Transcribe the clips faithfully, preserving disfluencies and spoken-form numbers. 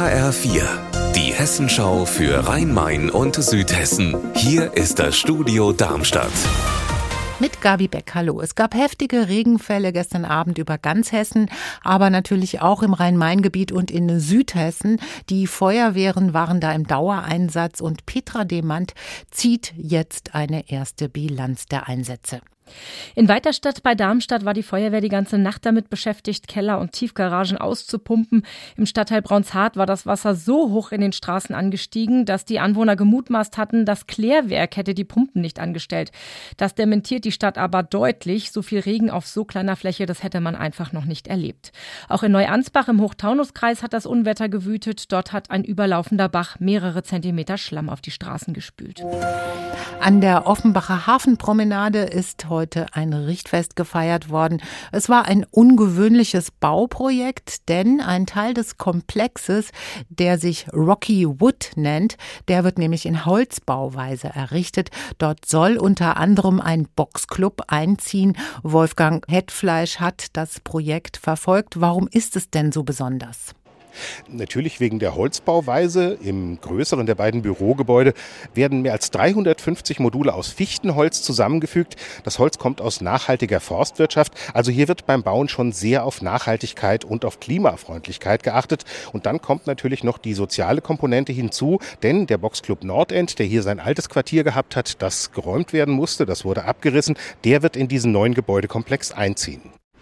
H R vier, die Hessenschau für Rhein-Main und Südhessen. Hier ist das Studio Darmstadt. Mit Gabi Beck, hallo. Es gab heftige Regenfälle gestern Abend über ganz Hessen, aber natürlich auch im Rhein-Main-Gebiet und in Südhessen. Die Feuerwehren waren da im Dauereinsatz und Petra Demand zieht jetzt eine erste Bilanz der Einsätze. In Weiterstadt bei Darmstadt war die Feuerwehr die ganze Nacht damit beschäftigt, Keller und Tiefgaragen auszupumpen. Im Stadtteil Braunshardt war das Wasser so hoch in den Straßen angestiegen, dass die Anwohner gemutmaßt hatten, das Klärwerk hätte die Pumpen nicht angestellt. Das dementiert die Stadt aber deutlich. So viel Regen auf so kleiner Fläche, das hätte man einfach noch nicht erlebt. Auch in Neuansbach im Hochtaunuskreis hat das Unwetter gewütet. Dort hat ein überlaufender Bach mehrere Zentimeter Schlamm auf die Straßen gespült. An der Offenbacher Hafenpromenade ist heute ein Richtfest gefeiert worden. Es war ein ungewöhnliches Bauprojekt, denn ein Teil des Komplexes, der sich Rocky Wood nennt, der wird nämlich in Holzbauweise errichtet. Dort soll unter anderem ein Boxclub einziehen. Wolfgang Hetfleisch hat das Projekt verfolgt. Warum ist es denn so besonders? Natürlich wegen der Holzbauweise. Im größeren der beiden Bürogebäude werden mehr als dreihundertfünfzig Module aus Fichtenholz zusammengefügt. Das Holz kommt aus nachhaltiger Forstwirtschaft. Also hier wird beim Bauen schon sehr auf Nachhaltigkeit und auf Klimafreundlichkeit geachtet. Und dann kommt natürlich noch die soziale Komponente hinzu, denn der Boxclub Nordend, der hier sein altes Quartier gehabt hat, das geräumt werden musste, das wurde abgerissen, der wird in diesen neuen Gebäudekomplex einziehen.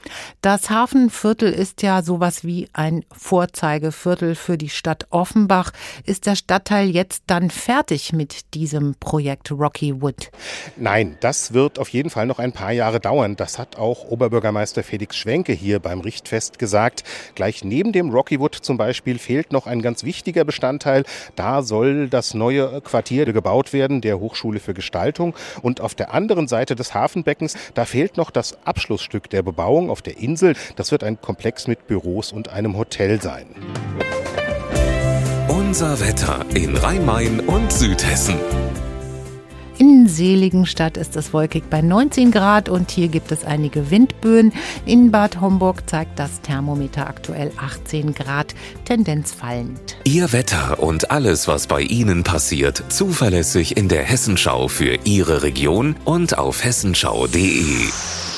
Das Hafenviertel ist ja sowas wie ein Vorzeigeviertel für die Stadt Offenbach. Ist der Stadtteil jetzt dann fertig mit diesem Projekt Rocky Wood? Nein, das wird auf jeden Fall noch ein paar Jahre dauern. Das hat auch Oberbürgermeister Felix Schwenke hier beim Richtfest gesagt. Gleich neben dem Rocky Wood zum Beispiel fehlt noch ein ganz wichtiger Bestandteil. Da soll das neue Quartier gebaut werden, der Hochschule für Gestaltung. Und auf der anderen Seite des Hafenbeckens, da fehlt noch das Abschlussstück der Bebauung auf der Insel. Das wird ein Komplex mit Büros und einem Hotel sein. Unser Wetter in Rhein-Main und Südhessen. In Seligenstadt ist es wolkig bei neunzehn Grad und hier gibt es einige Windböen. In Bad Homburg zeigt das Thermometer aktuell achtzehn Grad, Tendenz fallend. Ihr Wetter und alles, was bei Ihnen passiert, zuverlässig in der Hessenschau für Ihre Region und auf hessenschau punkt de.